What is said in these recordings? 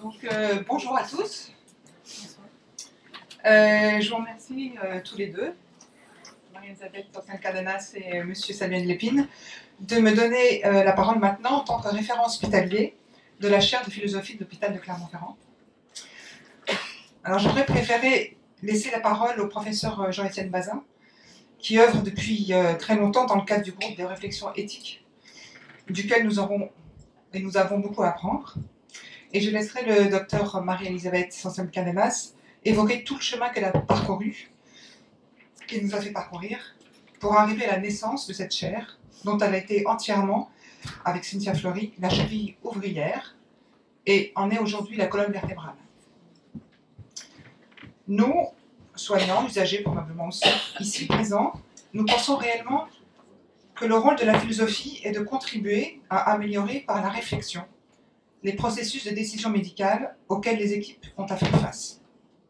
Bonjour à tous. Je vous remercie tous les deux, Marie-Elisabeth Sanson-Cadenas et M. Samuel Lépine, de me donner la parole maintenant en tant que référent hospitalier de la chaire de philosophie de l'hôpital de Clermont-Ferrand. Alors j'aurais préféré laisser la parole au professeur Jean-Étienne Bazin, qui œuvre depuis très longtemps dans le cadre du groupe de réflexion éthique, duquel nous avons beaucoup à apprendre. Et je laisserai le docteur Marie-Elisabeth Sanson-Cadenas évoquer tout le chemin qu'elle a parcouru, qu'elle nous a fait parcourir, pour arriver à la naissance de cette chaire, dont elle a été entièrement, avec Cynthia Fleury, la cheville ouvrière, et en est aujourd'hui la colonne vertébrale. Nous, soignants, usagers probablement aussi, ici présents, nous pensons réellement que le rôle de la philosophie est de contribuer à améliorer par la réflexion les processus de décision médicale auxquels les équipes ont à faire face.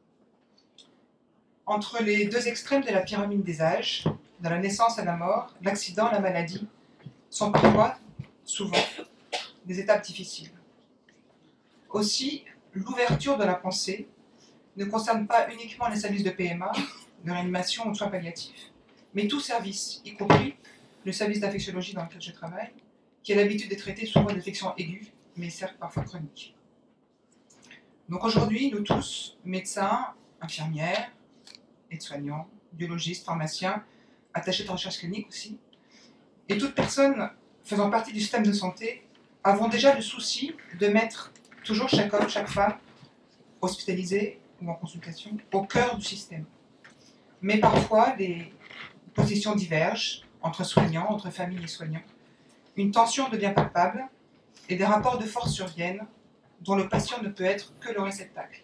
Entre les deux extrêmes de la pyramide des âges, de la naissance à la mort, l'accident à la maladie, sont parfois, souvent, des étapes difficiles. Aussi, l'ouverture de la pensée ne concerne pas uniquement les services de PMA, de réanimation ou de soins palliatifs, mais tout service, y compris le service d'infectiologie dans lequel je travaille, qui a l'habitude de traiter souvent d'infections aiguës, mais certes parfois chroniques. Donc aujourd'hui, nous tous, médecins, infirmières, aides-soignants, biologistes, pharmaciens, attachés de recherche clinique aussi, et toute personne faisant partie du système de santé, avons déjà le souci de mettre toujours chaque homme, chaque femme, hospitalisé ou en consultation, au cœur du système. Mais parfois, les positions divergent entre soignants, entre familles et soignants. Une tension devient palpable et des rapports de force surviennent dont le patient ne peut être que le réceptacle.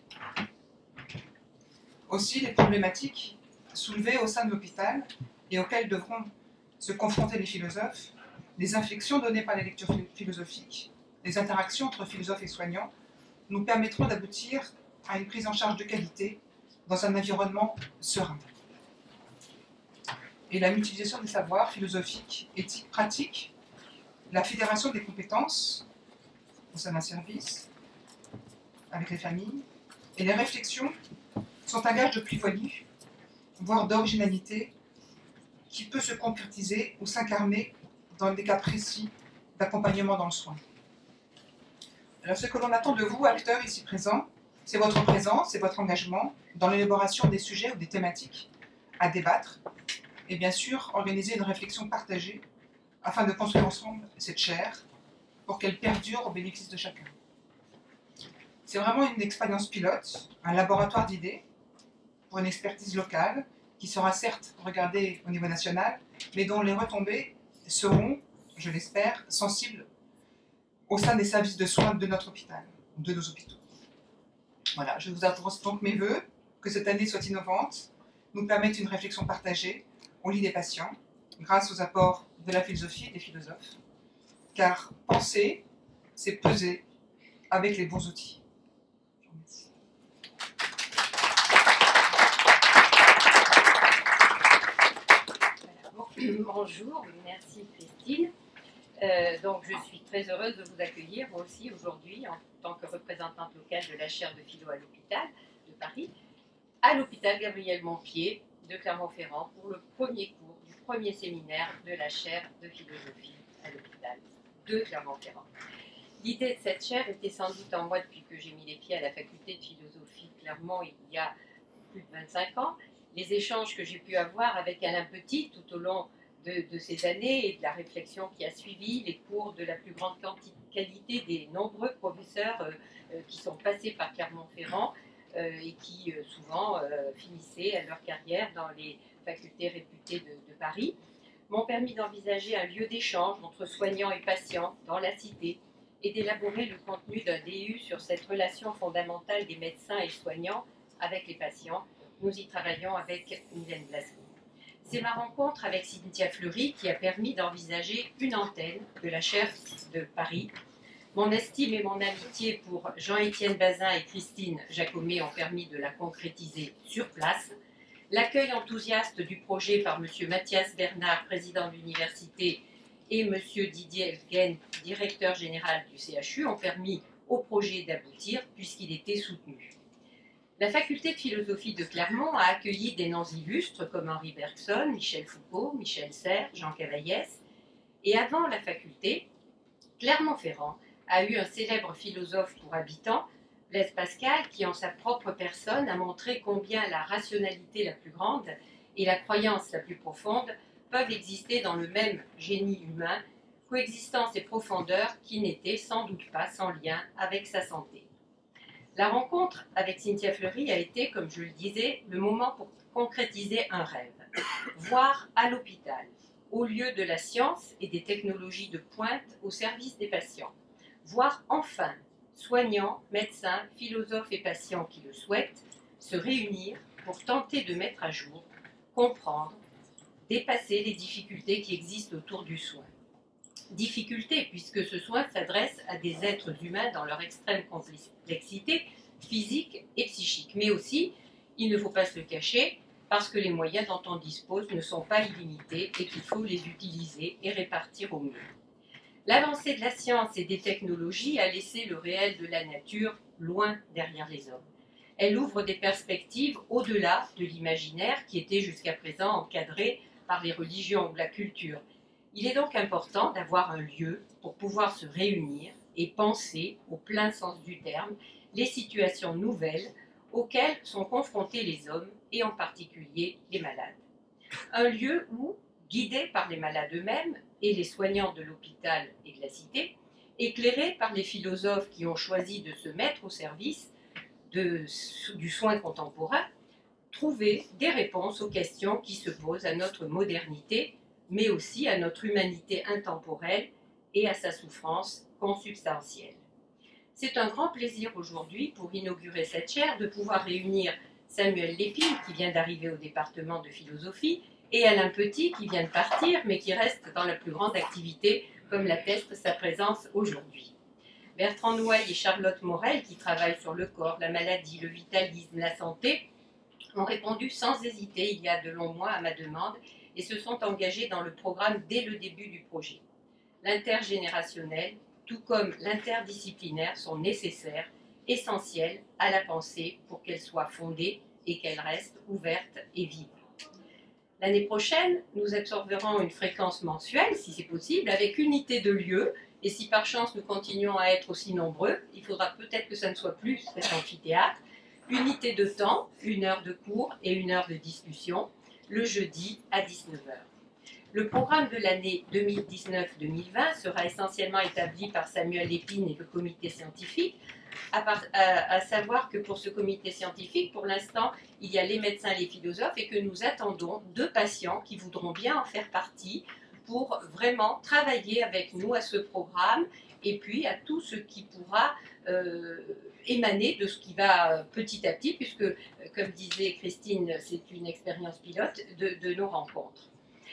Aussi, les problématiques soulevées au sein de l'hôpital et auxquelles devront se confronter les philosophes, les inflexions données par les lectures philosophiques, les interactions entre philosophes et soignants, nous permettront d'aboutir à une prise en charge de qualité dans un environnement serein. Et la mutualisation des savoirs philosophiques, éthiques, pratiques, la fédération des compétences au sein d'un service, avec les familles, et les réflexions sont un gage de plus-value, voire d'originalité, qui peut se concrétiser ou s'incarner dans des cas précis d'accompagnement dans le soin. Alors ce que l'on attend de vous, acteurs ici présents, c'est votre présence et votre engagement dans l'élaboration des sujets ou des thématiques à débattre, et bien sûr organiser une réflexion partagée afin de construire ensemble cette chaire pour qu'elle perdure au bénéfice de chacun. C'est vraiment une expérience pilote, un laboratoire d'idées pour une expertise locale qui sera certes regardée au niveau national, mais dont les retombées seront, je l'espère, sensibles au sein des services de soins de notre hôpital, de nos hôpitaux. Voilà, je vous adresse donc mes vœux, que cette année soit innovante, nous permette une réflexion partagée au lit des patients, grâce aux apports de la philosophie et des philosophes. Car penser, c'est peser avec les bons outils. Je vous remercie. Bonjour, merci Christine. Donc je suis très heureuse de vous accueillir moi aussi aujourd'hui en tant que représentante locale de la chaire de philo à l'hôpital de Paris, à l'hôpital Gabriel Montpied de Clermont-Ferrand pour le premier cours du premier séminaire de la chaire de philosophie à l'hôpital de Clermont-Ferrand. L'idée de cette chaire était sans doute en moi depuis que j'ai mis les pieds à la faculté de philosophie Clermont il y a plus de 25 ans. Les échanges que j'ai pu avoir avec Alain Petit tout au long de ces années et de la réflexion qui a suivi, les cours de la plus grande qualité des nombreux professeurs qui sont passés par Clermont-Ferrand et qui souvent finissaient leur carrière dans les facultés réputées de Paris, m'ont permis d'envisager un lieu d'échange entre soignants et patients dans la cité et d'élaborer le contenu d'un DU sur cette relation fondamentale des médecins et soignants avec les patients. Nous y travaillons avec Mylène Blasco. C'est ma rencontre avec Cynthia Fleury qui a permis d'envisager une antenne de la chaire de Paris. Mon estime et mon amitié pour Jean-Étienne Bazin et Christine Jacomet ont permis de la concrétiser sur place. L'accueil enthousiaste du projet par M. Mathias Bernard, président de l'université, et M. Didier Elfgen, directeur général du CHU, ont permis au projet d'aboutir puisqu'il était soutenu. La faculté de philosophie de Clermont a accueilli des noms illustres comme Henri Bergson, Michel Foucault, Michel Serres, Jean Cavaillès. Et avant la faculté, Clermont-Ferrand a eu un célèbre philosophe pour habitant, Blaise Pascal, qui en sa propre personne a montré combien la rationalité la plus grande et la croyance la plus profonde peuvent exister dans le même génie humain, coexistence et profondeur qui n'étaient sans doute pas sans lien avec sa santé. La rencontre avec Cynthia Fleury a été, comme je le disais, le moment pour concrétiser un rêve, voir à l'hôpital, au lieu de la science et des technologies de pointe au service des patients, voir enfin soignants, médecins, philosophes et patients qui le souhaitent se réunir pour tenter de mettre à jour, comprendre, dépasser les difficultés qui existent autour du soin. Difficultés puisque ce soin s'adresse à des êtres humains dans leur extrême complexité physique et psychique. Mais aussi, il ne faut pas se le cacher, parce que les moyens dont on dispose ne sont pas illimités et qu'il faut les utiliser et répartir au mieux. L'avancée de la science et des technologies a laissé le réel de la nature loin derrière les hommes. Elle ouvre des perspectives au-delà de l'imaginaire qui était jusqu'à présent encadré par les religions ou la culture. Il est donc important d'avoir un lieu pour pouvoir se réunir et penser, au plein sens du terme, les situations nouvelles auxquelles sont confrontés les hommes et en particulier les malades. Un lieu où, guidés par les malades eux-mêmes et les soignants de l'hôpital et de la cité, éclairés par les philosophes qui ont choisi de se mettre au service du soin contemporain, trouver des réponses aux questions qui se posent à notre modernité, mais aussi à notre humanité intemporelle et à sa souffrance consubstantielle. C'est un grand plaisir aujourd'hui, pour inaugurer cette chaire, de pouvoir réunir Samuel Lépine, qui vient d'arriver au département de philosophie, et Alain Petit, qui vient de partir, mais qui reste dans la plus grande activité, comme l'atteste sa présence aujourd'hui. Bertrand Nouaille et Charlotte Morel, qui travaillent sur le corps, la maladie, le vitalisme, la santé, ont répondu sans hésiter il y a de longs mois à ma demande et se sont engagés dans le programme dès le début du projet. L'intergénérationnel, tout comme l'interdisciplinaire, sont nécessaires, essentiels à la pensée pour qu'elle soit fondée et qu'elle reste ouverte et vive. L'année prochaine, nous absorberons une fréquence mensuelle, si c'est possible, avec unité de lieu, et si par chance nous continuons à être aussi nombreux, il faudra peut-être que ça ne soit plus cet amphithéâtre, unité de temps, 1 heure de cours et 1 heure de discussion, le jeudi à 19h. Le programme de l'année 2019-2020 sera essentiellement établi par Samuel Lépine et le comité scientifique, à savoir que pour ce comité scientifique, pour l'instant, il y a les médecins et les philosophes et que nous attendons 2 patients qui voudront bien en faire partie pour vraiment travailler avec nous à ce programme et puis à tout ce qui pourra émaner de ce qui va petit à petit, puisque, comme disait Christine, c'est une expérience pilote de nos rencontres.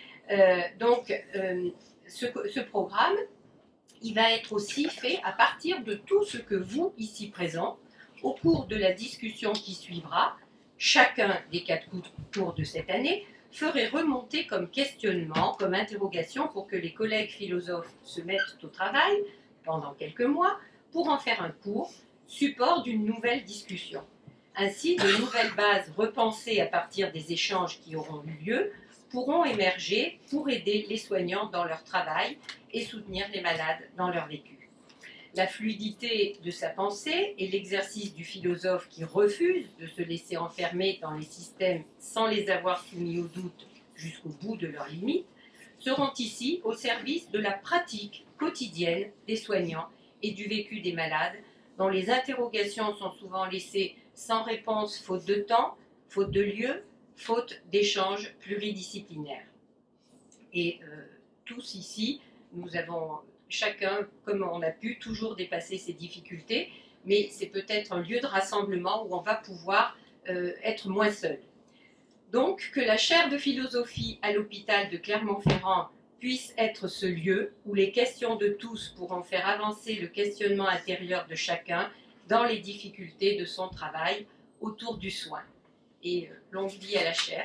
Ce programme, il va être aussi fait à partir de tout ce que vous, ici présents, au cours de la discussion qui suivra, chacun des 4 cours de cette année, ferait remonter comme questionnement, comme interrogation pour que les collègues philosophes se mettent au travail pendant quelques mois pour en faire un cours, support d'une nouvelle discussion. Ainsi, de nouvelles bases repensées à partir des échanges qui auront eu lieu pourront émerger pour aider les soignants dans leur travail et soutenir les malades dans leur vécu. La fluidité de sa pensée et l'exercice du philosophe qui refuse de se laisser enfermer dans les systèmes sans les avoir soumis au doute jusqu'au bout de leurs limites seront ici au service de la pratique quotidienne des soignants et du vécu des malades, dont les interrogations sont souvent laissées sans réponse faute de temps, faute de lieu, faute d'échanges pluridisciplinaires. Et tous ici, nous avons chacun, comme on a pu, toujours dépasser ces difficultés, mais c'est peut-être un lieu de rassemblement où on va pouvoir être moins seul. Donc, que la chaire de philosophie à l'hôpital de Clermont-Ferrand puisse être ce lieu où les questions de tous pourront faire avancer le questionnement intérieur de chacun dans les difficultés de son travail autour du soin. Et longue vie à la chaire.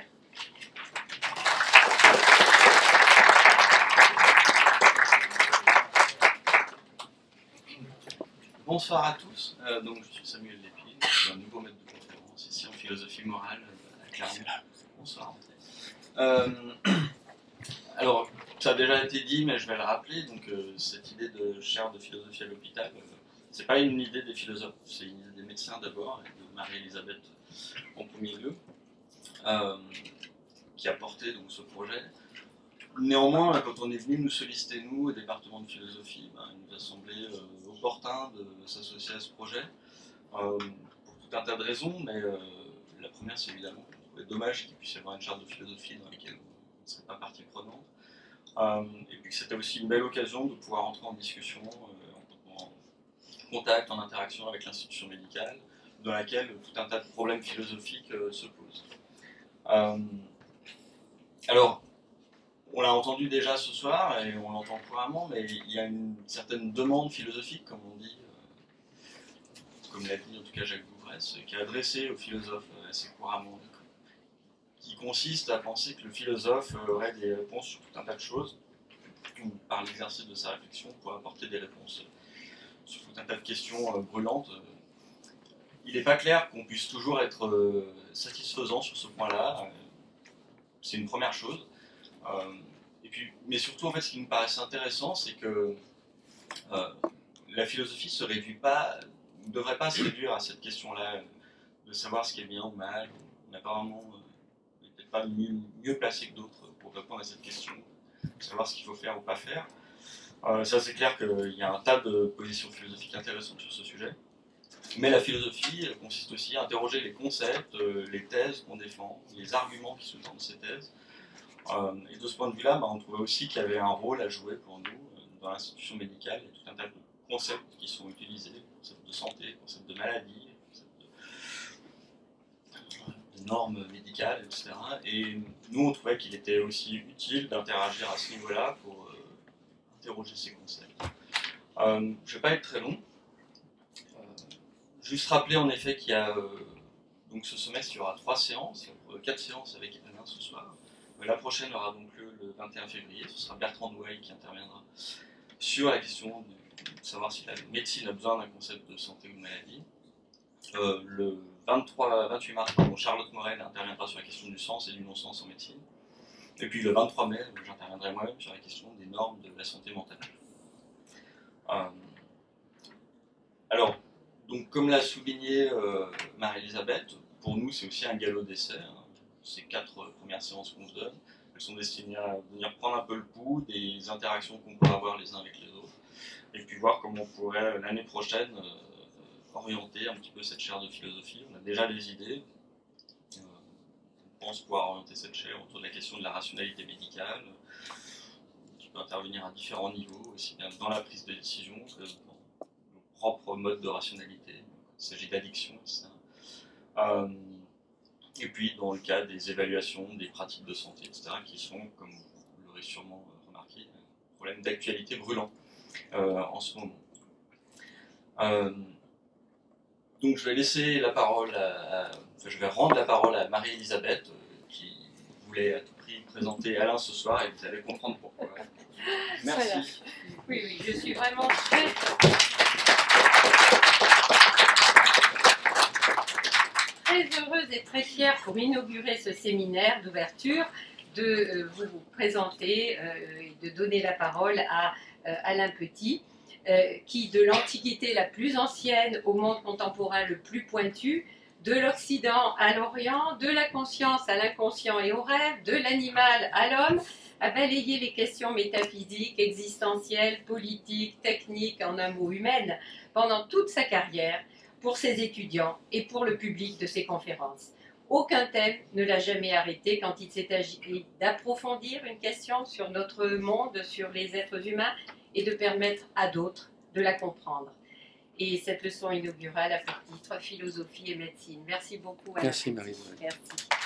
Bon. bonsoir à tous. Donc, je suis Samuel Lépine, je suis un nouveau maître de conférence ici en philosophie morale à Clermont. Bonsoir. Alors, ça a déjà été dit, mais je vais le rappeler. Donc, cette idée de chaire de philosophie à l'hôpital, c'est pas une idée des philosophes, c'est une idée des médecins d'abord, et de Marie-Elisabeth en premier lieu, qui a porté donc ce projet. Néanmoins, quand on est venu nous solliciter, nous, au département de philosophie, il nous a semblé opportun de s'associer à ce projet, pour tout un tas de raisons, mais la première, c'est évidemment qu'on trouvait dommage qu'il puisse y avoir une charte de philosophie dans laquelle on ne serait pas partie prenante, et puis que c'était aussi une belle occasion de pouvoir entrer en discussion, en contact, en interaction avec l'institution médicale, dans laquelle tout un tas de problèmes philosophiques se posent. Alors, on l'a entendu déjà ce soir, et on l'entend couramment, mais il y a une certaine demande philosophique, comme on dit, comme l'a dit en tout cas Jacques Bouvresse, qui est adressée aux philosophes assez couramment, qui consiste à penser que le philosophe aurait des réponses sur tout un tas de choses, ou par l'exercice de sa réflexion pour apporter des réponses sur tout un tas de questions brûlantes. Il n'est pas clair qu'on puisse toujours être satisfaisant sur ce point-là. C'est une première chose. Et puis, mais surtout, en fait, ce qui me paraissait intéressant, c'est que la philosophie ne devrait pas se réduire à cette question-là de savoir ce qui est bien ou mal. On n'est peut-être pas mieux placé que d'autres pour répondre à cette question, de savoir ce qu'il faut faire ou pas faire. Ça, c'est clair qu'il y a un tas de positions philosophiques intéressantes sur ce sujet. Mais la philosophie consiste aussi à interroger les concepts, les thèses qu'on défend, les arguments qui sous-tendent ces thèses. Et de ce point de vue-là, on trouvait aussi qu'il y avait un rôle à jouer pour nous dans l'institution médicale. Il y a tout un tas de concepts qui sont utilisés, concepts de santé, concepts de maladie, concepts de normes médicales, etc. Et nous, on trouvait qu'il était aussi utile d'interagir à ce niveau-là pour interroger ces concepts. Je ne vais pas être très long. Juste rappeler en effet qu'il y a donc ce semestre, il y aura 3 séances, 4 séances avec Alain ce soir. La prochaine aura donc lieu le 21 février, ce sera Bertrand Douaille qui interviendra sur la question de savoir si la médecine a besoin d'un concept de santé ou de maladie. Le 28 mars, Charlotte Morel interviendra sur la question du sens et du non-sens en médecine. Et puis le 23 mai, j'interviendrai moi-même sur la question des normes de la santé mentale. Alors, donc, comme l'a souligné Marie-Elisabeth, pour nous c'est aussi un galop d'essai. Ces 4 premières séances qu'on se donne, elles sont destinées à venir prendre un peu le pouls des interactions qu'on peut avoir les uns avec les autres, et puis voir comment on pourrait l'année prochaine orienter un petit peu cette chaire de philosophie. On a déjà des idées. On pense pouvoir orienter cette chaire autour de la question de la rationalité médicale, qui peut intervenir à différents niveaux, aussi bien dans la prise de décision que dans nos propres modes de rationalité. Il s'agit d'addiction, etc. Et puis dans le cas des évaluations, des pratiques de santé, etc., qui sont, comme vous l'aurez sûrement remarqué, un problème d'actualité brûlant en ce moment. Donc je vais laisser la parole je vais rendre la parole à Marie-Elisabeth, qui voulait à tout prix présenter Alain ce soir, et vous allez comprendre pourquoi. Merci. Voilà. Oui, je suis vraiment très heureuse et très fière pour inaugurer ce séminaire d'ouverture de vous présenter et de donner la parole à Alain Petit, qui de l'Antiquité la plus ancienne au monde contemporain le plus pointu, de l'Occident à l'Orient, de la conscience à l'inconscient et au rêve, de l'animal à l'homme, a balayé les questions métaphysiques, existentielles, politiques, techniques, en un mot humaines, pendant toute sa carrière, pour ses étudiants et pour le public de ses conférences. Aucun thème ne l'a jamais arrêté quand il s'est agi d'approfondir une question sur notre monde, sur les êtres humains, et de permettre à d'autres de la comprendre. Et cette leçon inaugurale a pour titre Philosophie et médecine. Merci beaucoup. Alain. Merci Marie. Merci.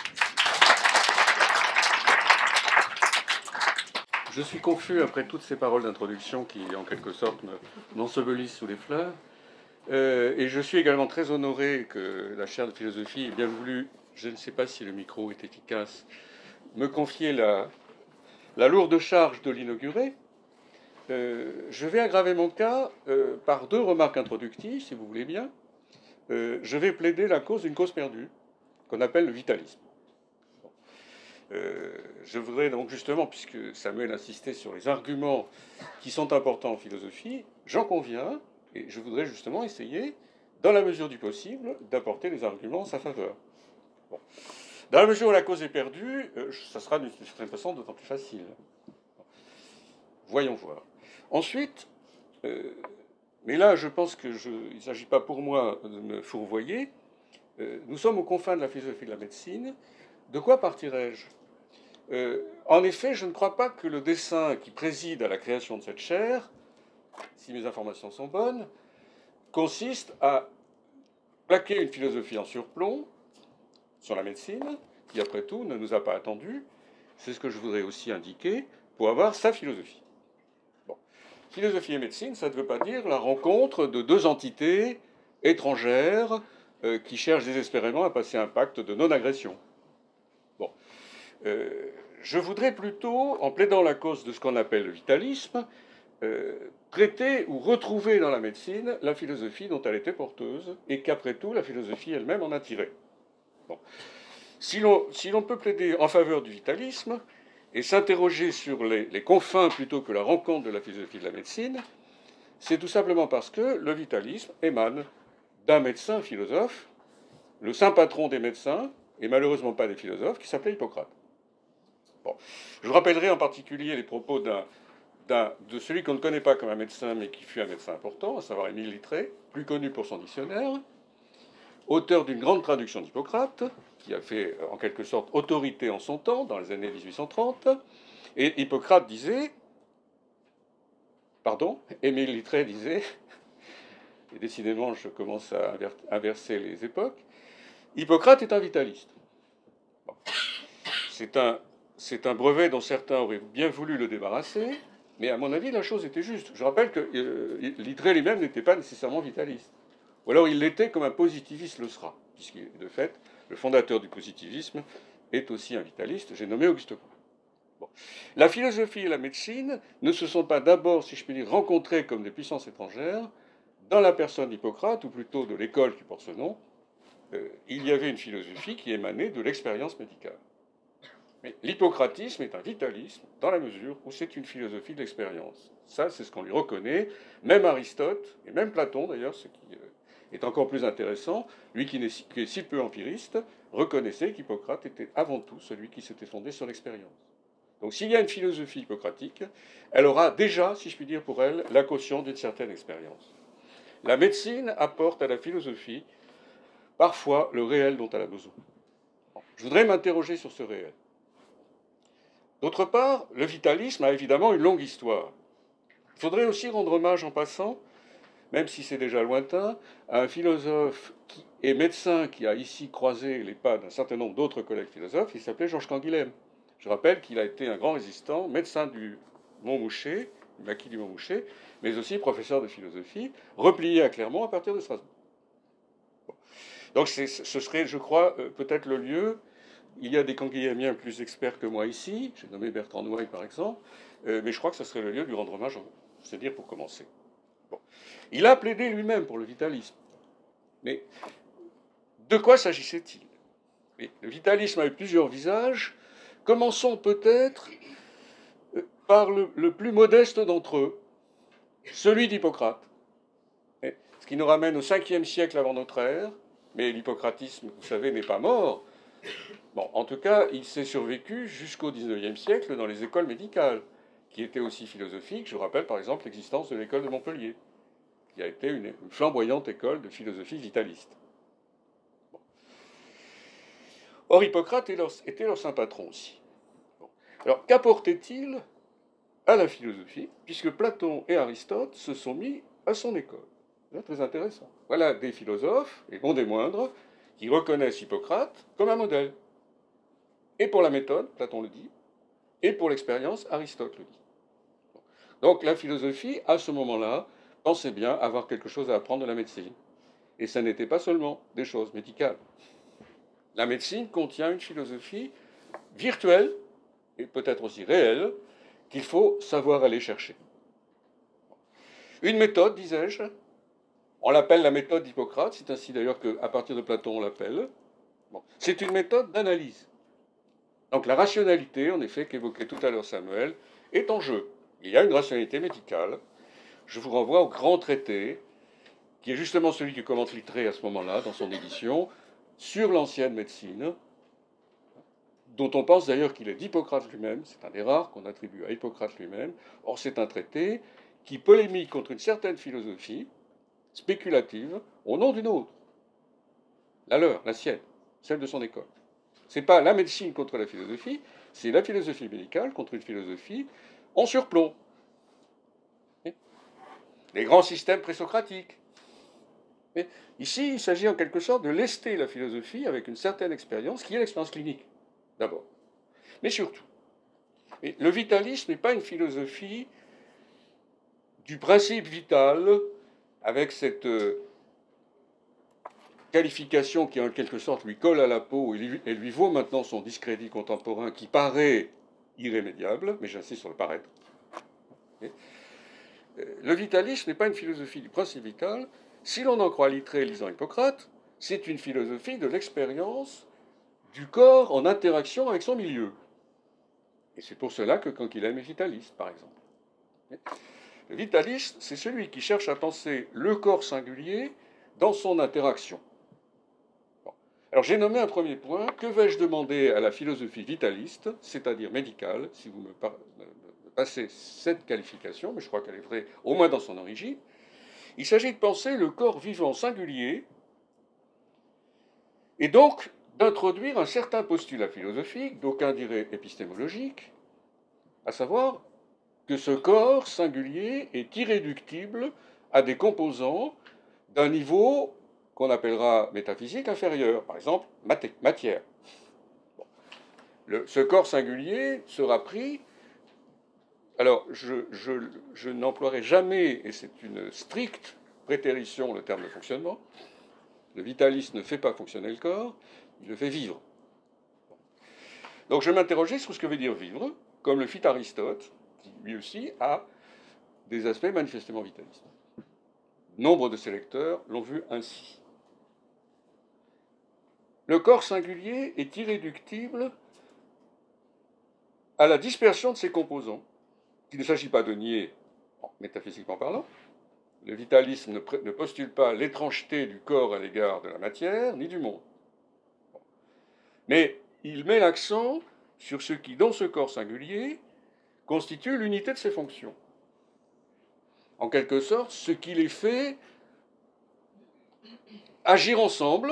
Je suis confus après toutes ces paroles d'introduction qui, en quelque sorte, m'ensevelissent sous les fleurs. Et je suis également très honoré que la chaire de philosophie ait bien voulu, je ne sais pas si le micro est efficace, me confier la lourde charge de l'inaugurer. je vais aggraver mon cas par 2 remarques introductives, si vous voulez bien. Je vais plaider la cause d'une cause perdue, qu'on appelle le vitalisme. Je voudrais donc justement, puisque Samuel insistait sur les arguments qui sont importants en philosophie, j'en conviens, et je voudrais justement essayer, dans la mesure du possible, d'apporter des arguments en sa faveur. Bon. Dans la mesure où la cause est perdue, ça sera d'une certaine façon d'autant plus facile. Voyons voir. Ensuite, mais là je pense qu'il ne s'agit pas pour moi de me fourvoyer, nous sommes aux confins de la philosophie de la médecine. De quoi partirais-je ? En effet, je ne crois pas que le dessein qui préside à la création de cette chaire, si mes informations sont bonnes, consiste à plaquer une philosophie en surplomb sur la médecine, qui après tout ne nous a pas attendus. C'est ce que je voudrais aussi indiquer pour avoir sa philosophie. Bon. Philosophie et médecine, ça ne veut pas dire la rencontre de 2 entités étrangères qui cherchent désespérément à passer un pacte de non-agression. Bon. Je voudrais plutôt, en plaidant la cause de ce qu'on appelle le vitalisme, prêter ou retrouver dans la médecine la philosophie dont elle était porteuse, et qu'après tout, la philosophie elle-même en a tiré. Bon. Si l'on peut plaider en faveur du vitalisme, et s'interroger sur les confins plutôt que la rencontre de la philosophie de la médecine, c'est tout simplement parce que le vitalisme émane d'un médecin philosophe, le saint patron des médecins, et malheureusement pas des philosophes, qui s'appelait Hippocrate. Bon. Je vous rappellerai en particulier les propos de celui qu'on ne connaît pas comme un médecin, mais qui fut un médecin important, à savoir Émile Littré, plus connu pour son dictionnaire, auteur d'une grande traduction d'Hippocrate, qui a fait en quelque sorte autorité en son temps, dans les années 1830. Et Hippocrate disait, Émile Littré disait, et décidément je commence à inverser les époques, Hippocrate est un vitaliste. Bon. C'est un brevet dont certains auraient bien voulu le débarrasser, mais à mon avis, la chose était juste. Je rappelle que Littré lui-même n'était pas nécessairement vitaliste. Ou alors il l'était comme un positiviste le sera, puisque de fait, le fondateur du positivisme est aussi un vitaliste, j'ai nommé Auguste Comte. Bon. La philosophie et la médecine ne se sont pas d'abord, si je puis dire, rencontrées comme des puissances étrangères. Dans la personne d'Hippocrate, ou plutôt de l'école qui porte ce nom, il y avait une philosophie qui émanait de l'expérience médicale. Mais l'hippocratisme est un vitalisme dans la mesure où c'est une philosophie de l'expérience. Ça, c'est ce qu'on lui reconnaît. Même Aristote, et même Platon d'ailleurs, ce qui est encore plus intéressant, lui qui est si peu empiriste, reconnaissait qu'Hippocrate était avant tout celui qui s'était fondé sur l'expérience. Donc s'il y a une philosophie hippocratique, elle aura déjà, si je puis dire pour elle, la caution d'une certaine expérience. La médecine apporte à la philosophie parfois le réel dont elle a besoin. Je voudrais m'interroger sur ce réel. D'autre part, le vitalisme a évidemment une longue histoire. Il faudrait aussi rendre hommage en passant, même si c'est déjà lointain, à un philosophe et médecin qui a ici croisé les pas d'un certain nombre d'autres collègues philosophes, il s'appelait Georges Canguilhem. Je rappelle qu'il a été un grand résistant, médecin du Montmouchet, du maquis du Montmouchet, mais aussi professeur de philosophie, replié à Clermont à partir de Strasbourg. Bon. Donc ce serait, je crois, peut-être le lieu. Il y a des canguilhémiens plus experts que moi ici, j'ai nommé Bertrand Nouaille par exemple, mais je crois que ce serait le lieu de lui rendre hommage, c'est-à-dire pour commencer. Bon. Il a plaidé lui-même pour le vitalisme. Mais de quoi s'agissait-il ? Le vitalisme a eu plusieurs visages. Commençons peut-être par le plus modeste d'entre eux, celui d'Hippocrate. Ce qui nous ramène au 5e siècle avant notre ère, mais l'hippocratisme, vous savez, n'est pas mort. Bon, en tout cas, il s'est survécu jusqu'au 19e siècle dans les écoles médicales, qui étaient aussi philosophiques. Je vous rappelle par exemple l'existence de l'école de Montpellier, qui a été une flamboyante école de philosophie vitaliste. Bon. Or, Hippocrate était leur saint patron aussi. Bon. Alors, qu'apportait-il à la philosophie, puisque Platon et Aristote se sont mis à son école ? C'est très intéressant. Voilà des philosophes, et non des moindres, qui reconnaissent Hippocrate comme un modèle. Et pour la méthode, Platon le dit, et pour l'expérience, Aristote le dit. Donc la philosophie, à ce moment-là, pensait bien avoir quelque chose à apprendre de la médecine. Et ça n'était pas seulement des choses médicales. La médecine contient une philosophie virtuelle, et peut-être aussi réelle, qu'il faut savoir aller chercher. Une méthode, disais-je, on l'appelle la méthode d'Hippocrate, c'est ainsi d'ailleurs qu'à partir de Platon on l'appelle. Bon. C'est une méthode d'analyse. Donc la rationalité, en effet, qu'évoquait tout à l'heure Samuel, est en jeu. Il y a une rationalité médicale. Je vous renvoie au grand traité, qui est justement celui que commente Littré à ce moment-là, dans son édition, sur l'ancienne médecine, dont on pense d'ailleurs qu'il est d'Hippocrate lui-même, c'est un des rares qu'on attribue à Hippocrate lui-même. Or, c'est un traité qui polémique contre une certaine philosophie spéculative au nom d'une autre. La leur, la sienne, celle de son école. Ce n'est pas la médecine contre la philosophie, c'est la philosophie médicale contre une philosophie en surplomb. Les grands systèmes présocratiques. Mais ici, il s'agit en quelque sorte de lester la philosophie avec une certaine expérience, qui est l'expérience clinique, d'abord. Mais surtout, le vitalisme n'est pas une philosophie du principe vital, avec cette qualification qui, en quelque sorte, lui colle à la peau et lui vaut maintenant son discrédit contemporain, qui paraît irrémédiable, mais j'insiste sur le paraître. Le vitalisme n'est pas une philosophie du principe vital. Si l'on en croit Littré lisant Hippocrate, c'est une philosophie de l'expérience du corps en interaction avec son milieu. Et c'est pour cela que Canquilhem est vitaliste, par exemple. Le vitaliste, c'est celui qui cherche à penser le corps singulier dans son interaction. Bon. Alors j'ai nommé un premier point. Que vais-je demander à la philosophie vitaliste, c'est-à-dire médicale, si vous me passez cette qualification, mais je crois qu'elle est vraie au moins dans son origine. Il s'agit de penser le corps vivant singulier et donc d'introduire un certain postulat philosophique, d'aucuns diraient épistémologique, à savoir que ce corps singulier est irréductible à des composants d'un niveau qu'on appellera métaphysique inférieur, par exemple matière. Bon. Ce corps singulier sera pris. Alors, je n'emploierai jamais, et c'est une stricte prétérition, le terme de fonctionnement. Le vitaliste ne fait pas fonctionner le corps, il le fait vivre. Donc je m'interrogeais sur ce que veut dire vivre, comme le fit Aristote, qui lui aussi a des aspects manifestement vitalistes. Nombre de ses lecteurs l'ont vu ainsi. Le corps singulier est irréductible à la dispersion de ses composants, qu'il ne s'agit pas de nier, métaphysiquement parlant. Le vitalisme ne postule pas l'étrangeté du corps à l'égard de la matière, ni du monde. Mais il met l'accent sur ce qui, dans ce corps singulier, constitue l'unité de ses fonctions. En quelque sorte, ce qui les fait agir ensemble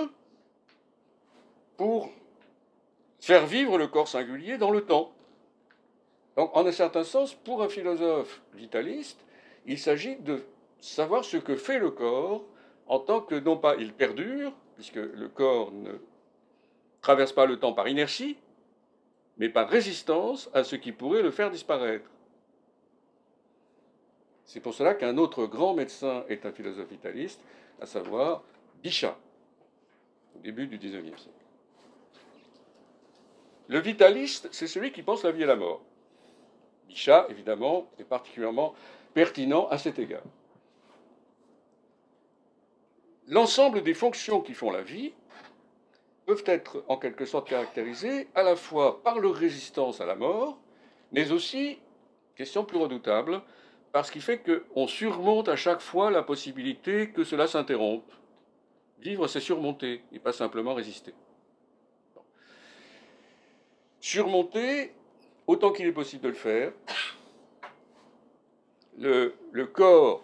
pour faire vivre le corps singulier dans le temps. Donc, en un certain sens, pour un philosophe vitaliste, il s'agit de savoir ce que fait le corps en tant que, non pas il perdure, puisque le corps ne traverse pas le temps par inertie, mais par résistance à ce qui pourrait le faire disparaître. C'est pour cela qu'un autre grand médecin est un philosophe vitaliste, à savoir Bichat, au début du XIXe siècle. Le vitaliste, c'est celui qui pense la vie et la mort. Bichat, évidemment, est particulièrement pertinent à cet égard. L'ensemble des fonctions qui font la vie peuvent être en quelque sorte caractérisées à la fois par leur résistance à la mort, mais aussi, question plus redoutable, par ce qui fait qu'on surmonte à chaque fois la possibilité que cela s'interrompe. Vivre, c'est surmonter, et pas simplement résister. Surmonter, autant qu'il est possible de le faire, le corps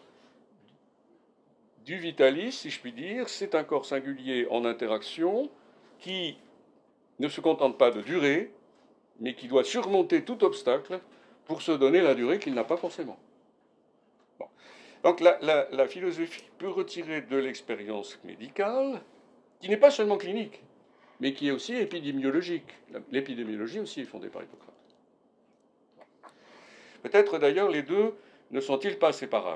du vitaliste, si je puis dire, c'est un corps singulier en interaction qui ne se contente pas de durer, mais qui doit surmonter tout obstacle pour se donner la durée qu'il n'a pas forcément. Bon. Donc la philosophie peut retirer de l'expérience médicale, qui n'est pas seulement clinique, mais qui est aussi épidémiologique. L'épidémiologie aussi est fondée par Hippocrate. Peut-être d'ailleurs les deux ne sont-ils pas séparables.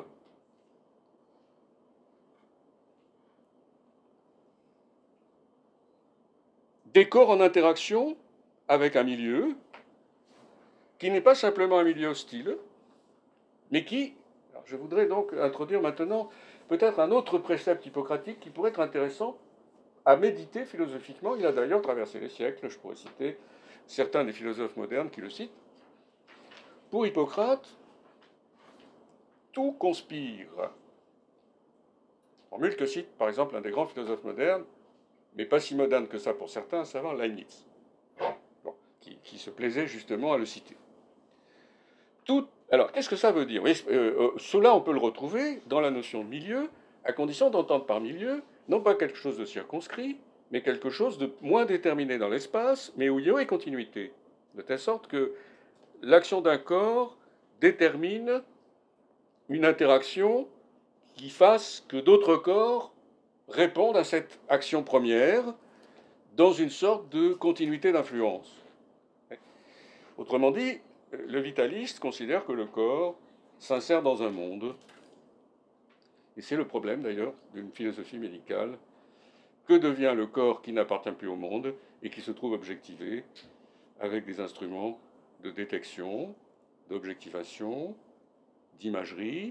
Des corps en interaction avec un milieu qui n'est pas simplement un milieu hostile, mais qui, alors Je voudrais donc introduire maintenant peut-être un autre précepte hippocratique qui pourrait être intéressant à méditer philosophiquement. Il a d'ailleurs traversé les siècles, je pourrais citer certains des philosophes modernes qui le citent. Pour Hippocrate, tout conspire. Formule que cite par exemple un des grands philosophes modernes, mais pas si moderne que ça pour certains, à savoir Leibniz, qui se plaisait justement à le citer. Alors, qu'est-ce que ça veut dire? Cela, on peut le retrouver dans la notion de milieu, à condition d'entendre par milieu, non pas quelque chose de circonscrit, mais quelque chose de moins déterminé dans l'espace, mais où il y aurait continuité. De telle sorte que l'action d'un corps détermine une interaction qui fasse que d'autres corps répondent à cette action première dans une sorte de continuité d'influence. Autrement dit, le vitaliste considère que le corps s'insère dans un monde. Et c'est le problème d'ailleurs d'une philosophie médicale. Que devient le corps qui n'appartient plus au monde et qui se trouve objectivé avec des instruments de détection, d'objectivation, d'imagerie?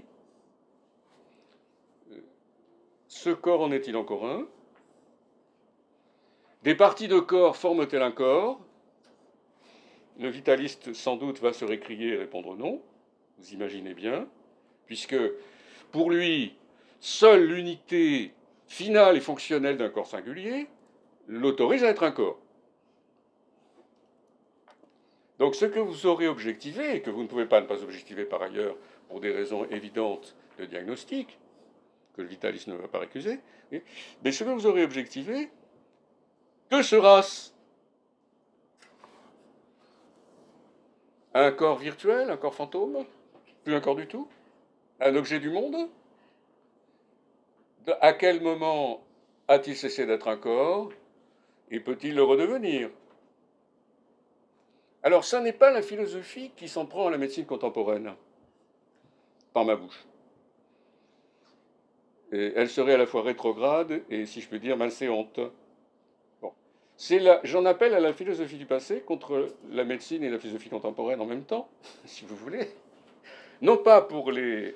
Ce corps en est-il encore un? Des parties de corps forment-elles un corps? Le vitaliste, sans doute, va se récrier et répondre non. Vous imaginez bien. Puisque, pour lui, seule l'unité finale et fonctionnelle d'un corps singulier l'autorise à être un corps. Donc, ce que vous aurez objectivé, et que vous ne pouvez pas ne pas objectiver par ailleurs pour des raisons évidentes de diagnostic, que le vitaliste ne va pas récuser, mais ce que vous aurez objectivé, que sera-ce? Un corps virtuel, un corps fantôme? Plus un corps du tout? Un objet du monde? À quel moment a-t-il cessé d'être un corps et peut-il le redevenir? Alors, ça n'est pas la philosophie qui s'en prend à la médecine contemporaine, par ma bouche. Et elle serait à la fois rétrograde et, si je peux dire, malséante. Bon. J'en appelle à la philosophie du passé contre la médecine et la philosophie contemporaine en même temps, si vous voulez. Non pas pour les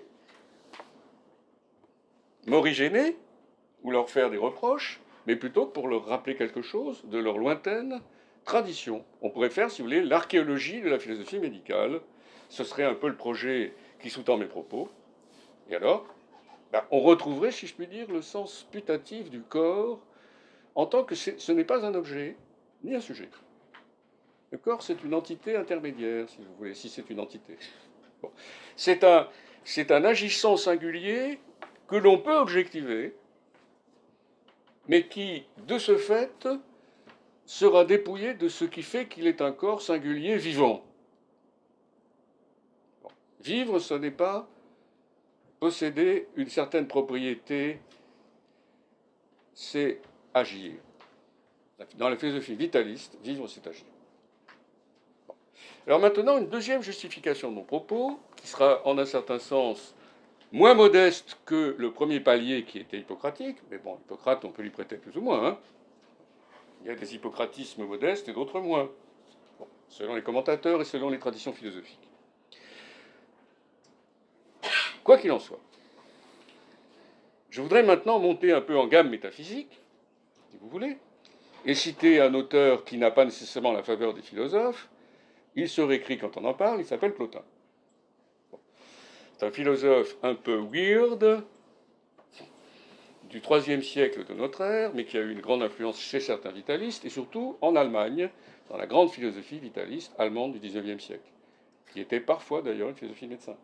morigéner ou leur faire des reproches, mais plutôt pour leur rappeler quelque chose de leur lointaine tradition. On pourrait faire, si vous voulez, l'archéologie de la philosophie médicale. Ce serait un peu le projet qui sous-tend mes propos. Et alors, on retrouverait, si je puis dire, le sens putatif du corps en tant que ce n'est pas un objet, ni un sujet. Le corps, c'est une entité intermédiaire, si vous voulez, si c'est une entité. Bon. C'est un agissant singulier que l'on peut objectiver, mais qui, de ce fait, sera dépouillé de ce qui fait qu'il est un corps singulier vivant. Bon. Vivre, ce n'est pas posséder une certaine propriété, c'est agir. Dans la philosophie vitaliste, vivre, c'est agir. Bon. Alors maintenant, une deuxième justification de mon propos, qui sera en un certain sens moins modeste que le premier palier qui était hippocratique, mais bon, Hippocrate, on peut lui prêter plus ou moins. Hein. Il y a des hippocratismes modestes et d'autres moins, bon, selon les commentateurs et selon les traditions philosophiques. Quoi qu'il en soit, je voudrais maintenant monter un peu en gamme métaphysique, si vous voulez, et citer un auteur qui n'a pas nécessairement la faveur des philosophes. Il se réécrit quand on en parle, il s'appelle Plotin. Bon. C'est un philosophe un peu weird, du IIIe siècle de notre ère, mais qui a eu une grande influence chez certains vitalistes, et surtout en Allemagne, dans la grande philosophie vitaliste allemande du XIXe siècle, qui était parfois d'ailleurs une philosophie de médecin.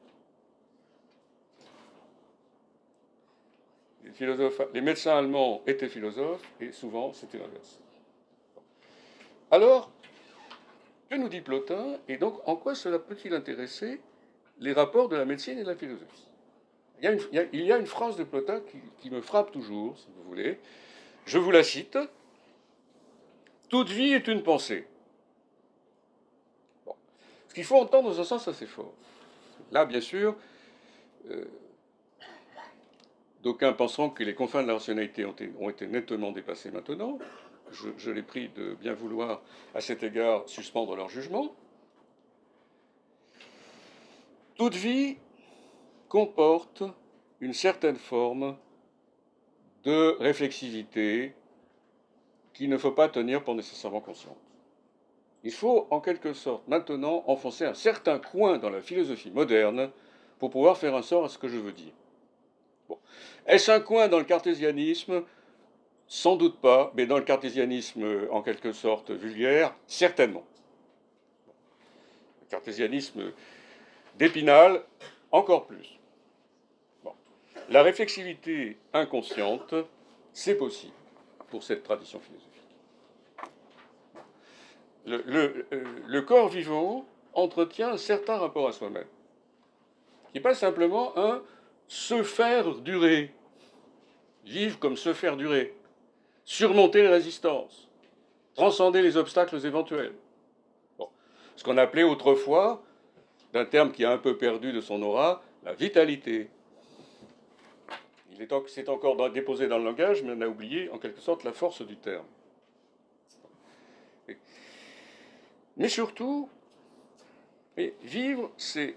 Les médecins allemands étaient philosophes, et souvent c'était l'inverse. Alors, que nous dit Plotin, et donc en quoi cela peut-il intéresser les rapports de la médecine et de la philosophie? Il y a une phrase de Plotin qui me frappe toujours, si vous voulez. Je vous la cite. « Toute vie est une pensée. » Bon. Ce qu'il faut entendre dans un sens assez fort. Là, bien sûr, d'aucuns penseront que les confins de la rationalité ont été nettement dépassés maintenant. Je les prie de bien vouloir, à cet égard, suspendre leur jugement. Toute vie comporte une certaine forme de réflexivité qu'il ne faut pas tenir pour nécessairement consciente. Il faut en quelque sorte maintenant enfoncer un certain coin dans la philosophie moderne pour pouvoir faire un sort à ce que je veux dire. Bon. Est-ce un coin dans le cartésianisme? Sans doute pas, mais dans le cartésianisme en quelque sorte vulgaire, certainement. Le cartésianisme d'Épinal, encore plus. Bon. La réflexivité inconsciente, c'est possible pour cette tradition philosophique. Le corps vivant entretient un certain rapport à soi-même, qui n'est pas simplement un se faire durer, vivre comme se faire durer, surmonter les résistances, transcender les obstacles éventuels. Bon. Ce qu'on appelait autrefois, d'un terme qui a un peu perdu de son aura, la vitalité. C'est encore déposé dans le langage, mais on a oublié en quelque sorte la force du terme. Mais surtout, vivre, c'est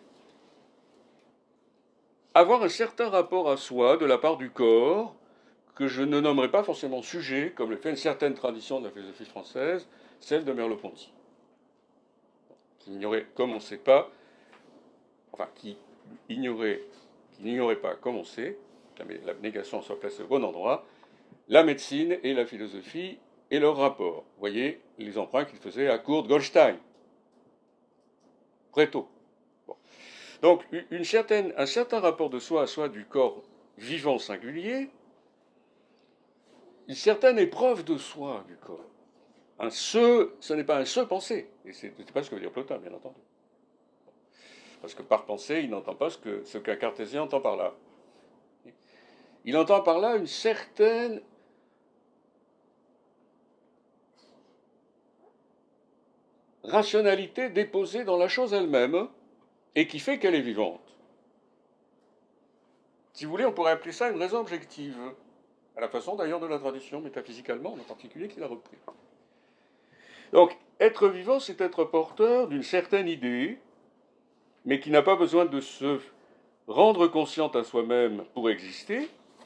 avoir un certain rapport à soi de la part du corps, que je ne nommerai pas forcément sujet, comme le fait une certaine tradition de la philosophie française, celle de Merleau-Ponty, qui ignorait, comme on ne sait pas, enfin, qui n'ignorait pas, comme on sait, la négation soit placée au bon endroit, la médecine et la philosophie et leur rapport. Vous voyez les emprunts qu'il faisait à Kurt Goldstein, très tôt. Bon. Donc, un certain rapport de soi à soi du corps vivant singulier, une certaine épreuve de soi du corps. Un ce n'est pas un se penser, et ce n'est pas ce que veut dire Plotin, bien entendu. Parce que par pensée, il n'entend pas ce qu'un cartésien entend par là. Il entend par là une certaine rationalité déposée dans la chose elle-même et qui fait qu'elle est vivante. Si vous voulez, on pourrait appeler ça une raison objective, à la façon d'ailleurs de la tradition métaphysicalement, en particulier, qui l'a repris. Donc, être vivant, c'est être porteur d'une certaine idée, mais qui n'a pas besoin de se rendre consciente à soi-même pour exister.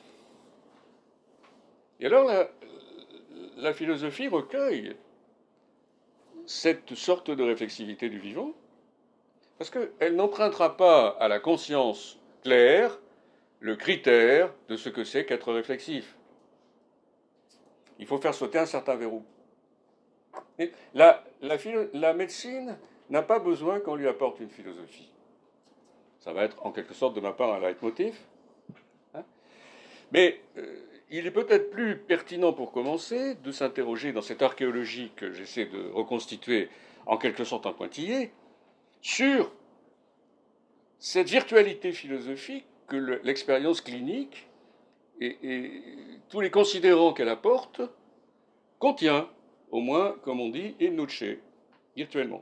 Et alors, la philosophie recueille cette sorte de réflexivité du vivant, parce qu'elle n'empruntera pas à la conscience claire le critère de ce que c'est qu'être réflexif. Il faut faire sauter un certain verrou. Et la médecine n'a pas besoin qu'on lui apporte une philosophie. Ça va être en quelque sorte de ma part un leitmotiv. Hein, mais il est peut-être plus pertinent pour commencer de s'interroger dans cette archéologie que j'essaie de reconstituer en quelque sorte en pointillé sur cette virtualité philosophique que l'expérience clinique et tous les considérants qu'elle apporte contient, au moins, comme on dit, in nuce, virtuellement.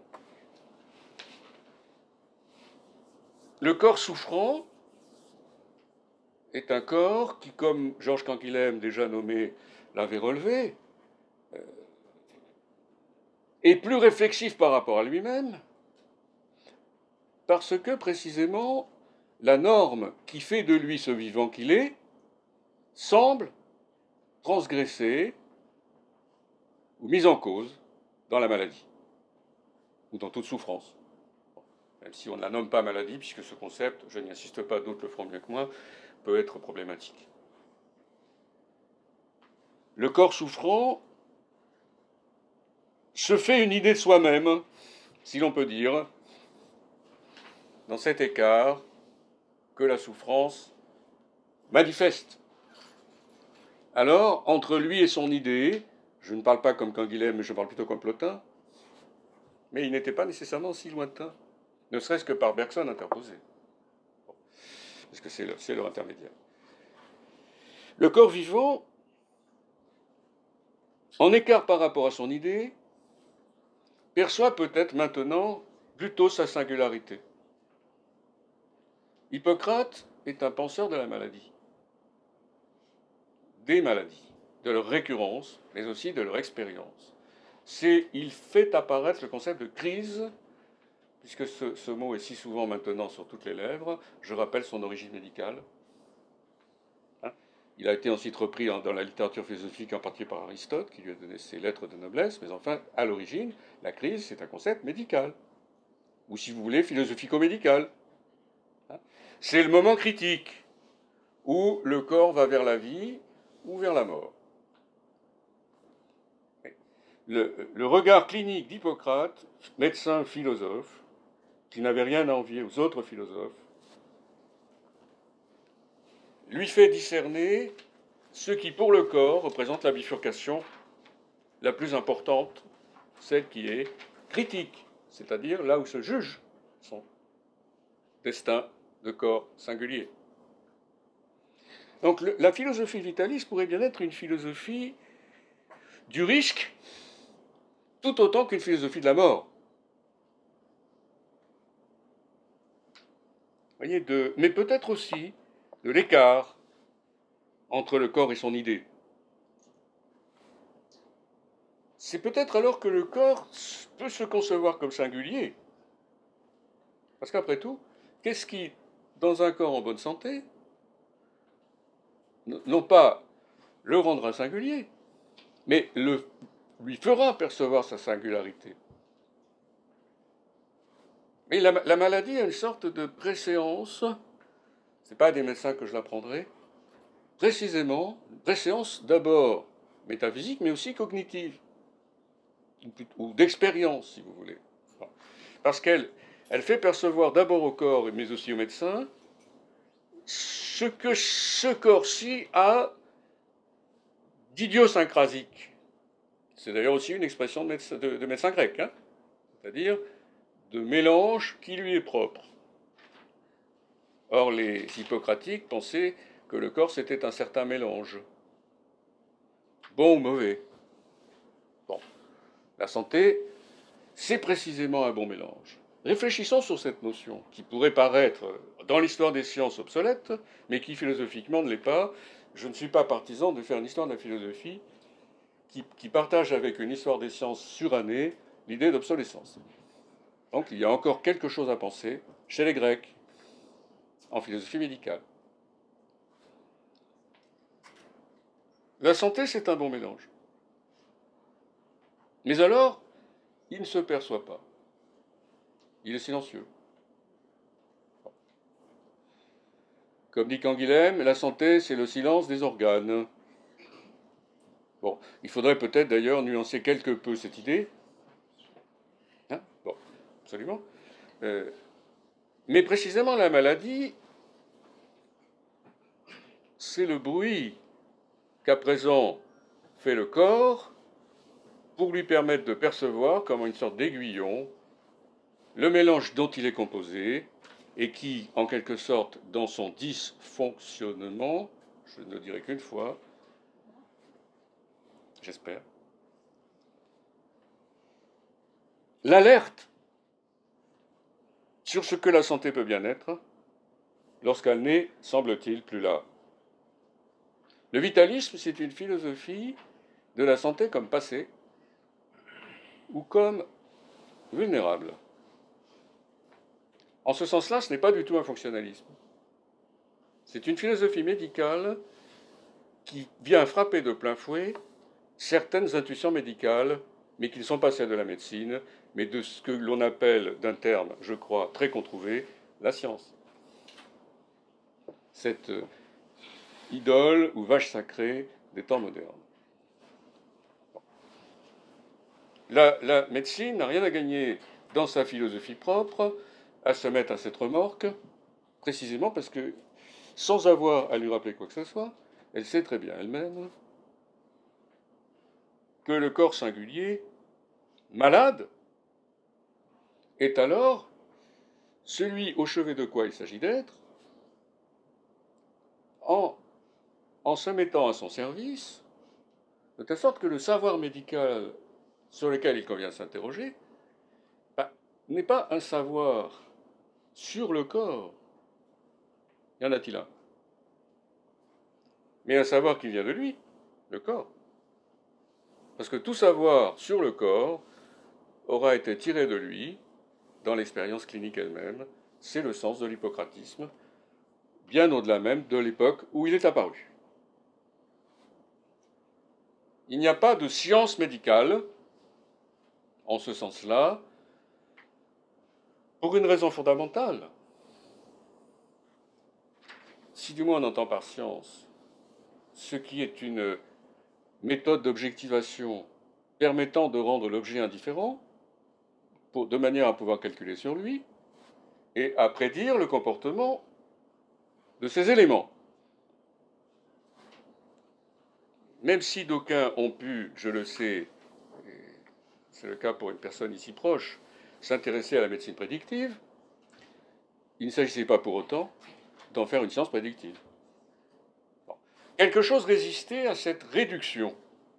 Le corps souffrant est un corps qui, comme Georges Canguilhem, déjà nommé, l'avait relevé, est plus réflexif par rapport à lui-même, parce que, précisément, la norme qui fait de lui ce vivant qu'il est semble transgressée ou mise en cause dans la maladie, ou dans toute souffrance. Même si on ne la nomme pas maladie, puisque ce concept, je n'y insiste pas, d'autres le feront mieux que moi, peut être problématique. Le corps souffrant se fait une idée de soi-même, si l'on peut dire, dans cet écart que la souffrance manifeste. Alors, entre lui et son idée, je ne parle pas comme Canguilhem, mais je parle plutôt comme Plotin, mais il n'était pas nécessairement si lointain, ne serait-ce que par Bergson interposé, parce que c'est leur intermédiaire. Le corps vivant, en écart par rapport à son idée, perçoit peut-être maintenant plutôt sa singularité. Hippocrate est un penseur de la maladie, des maladies, de leur récurrence, mais aussi de leur expérience. Il fait apparaître le concept de crise puisque ce mot est si souvent maintenant sur toutes les lèvres, je rappelle son origine médicale. Hein, il a été ensuite repris dans la littérature philosophique, en particulier par Aristote, qui lui a donné ses lettres de noblesse, mais enfin, à l'origine, la crise, c'est un concept médical, ou si vous voulez, philosophico-médical. Hein, c'est le moment critique où le corps va vers la vie ou vers la mort. Le regard clinique d'Hippocrate, médecin philosophe, qui n'avait rien à envier aux autres philosophes, lui fait discerner ce qui, pour le corps, représente la bifurcation la plus importante, celle qui est critique, c'est-à-dire là où se juge son destin de corps singulier. Donc la philosophie vitaliste pourrait bien être une philosophie du risque, tout autant qu'une philosophie de la mort. Voyez, mais peut-être aussi de l'écart entre le corps et son idée. C'est peut-être alors que le corps peut se concevoir comme singulier. Parce qu'après tout, qu'est-ce qui, dans un corps en bonne santé, non pas le rendra singulier, mais lui fera percevoir sa singularité. Mais la maladie a une sorte de préséance, ce n'est pas à des médecins que je l'apprendrai, précisément, préséance d'abord métaphysique, mais aussi cognitive, ou d'expérience, si vous voulez. Parce qu'elle fait percevoir d'abord au corps, mais aussi au médecin, ce que ce corps-ci a d'idiosyncrasique. C'est d'ailleurs aussi une expression de médecin grec, hein, c'est-à-dire de mélange qui lui est propre. Or, les hippocratiques pensaient que le corps, c'était un certain mélange. Bon ou mauvais. Bon. La santé, c'est précisément un bon mélange. Réfléchissons sur cette notion, qui pourrait paraître, dans l'histoire des sciences, obsolète, mais qui, philosophiquement, ne l'est pas. Je ne suis pas partisan de faire une histoire de la philosophie qui partage avec une histoire des sciences surannée l'idée d'obsolescence. Donc, il y a encore quelque chose à penser chez les Grecs, en philosophie médicale. La santé, c'est un bon mélange. Mais alors, il ne se perçoit pas. Il est silencieux. Comme dit Canguilhem, la santé, c'est le silence des organes. Bon, il faudrait peut-être d'ailleurs nuancer quelque peu cette idée. Hein? Bon, absolument. Mais précisément, la maladie, c'est le bruit qu'à présent fait le corps pour lui permettre de percevoir comme une sorte d'aiguillon le mélange dont il est composé et qui, en quelque sorte, dans son dysfonctionnement, je ne le dirai qu'une fois, j'espère, l'alerte sur ce que la santé peut bien être lorsqu'elle n'est, semble-t-il, plus là. Le vitalisme, c'est une philosophie de la santé comme passé ou comme vulnérable. En ce sens-là, ce n'est pas du tout un fonctionnalisme. C'est une philosophie médicale qui vient frapper de plein fouet certaines intuitions médicales, mais qui ne sont pas celles de la médecine, mais de ce que l'on appelle, d'un terme, je crois, très controuvé, la science. Cette idole ou vache sacrée des temps modernes. La médecine n'a rien à gagner dans sa philosophie propre à se mettre à cette remorque, précisément parce que, sans avoir à lui rappeler quoi que ce soit, elle sait très bien elle-même que le corps singulier, malade, est alors celui au chevet de quoi il s'agit d'être, en se mettant à son service, de telle sorte que le savoir médical sur lequel il convient de s'interroger n'est pas un savoir sur le corps. Y en a-t-il un? Mais un savoir qui vient de lui, le corps. Parce que tout savoir sur le corps aura été tiré de lui dans l'expérience clinique elle-même. C'est le sens de l'hippocratisme, bien au-delà même de l'époque où il est apparu. Il n'y a pas de science médicale, en ce sens-là, pour une raison fondamentale. Si du moins on entend par science ce qui est une méthode d'objectivation permettant de rendre l'objet indifférent, de manière à pouvoir calculer sur lui, et à prédire le comportement de ces éléments. Même si d'aucuns ont pu, je le sais, et c'est le cas pour une personne ici proche, s'intéresser à la médecine prédictive, il ne s'agissait pas pour autant d'en faire une science prédictive. Bon. Quelque chose résistait à cette réduction,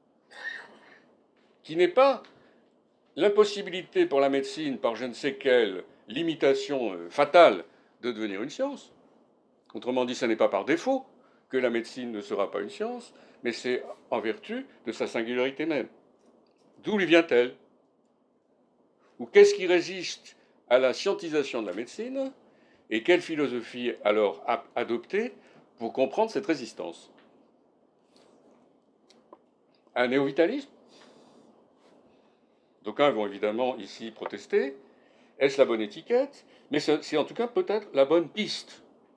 qui n'est pas l'impossibilité pour la médecine, par je ne sais quelle limitation fatale, de devenir une science. Autrement dit, ce n'est pas par défaut que la médecine ne sera pas une science, mais c'est en vertu de sa singularité même. D'où lui vient-elle? Ou qu'est-ce qui résiste à la scientisation de la médecine? Et quelle philosophie alors adopter pour comprendre cette résistance? Un néo-vitalisme? D'aucuns vont évidemment ici protester. Est-ce la bonne étiquette? Mais c'est en tout cas peut-être la bonne piste.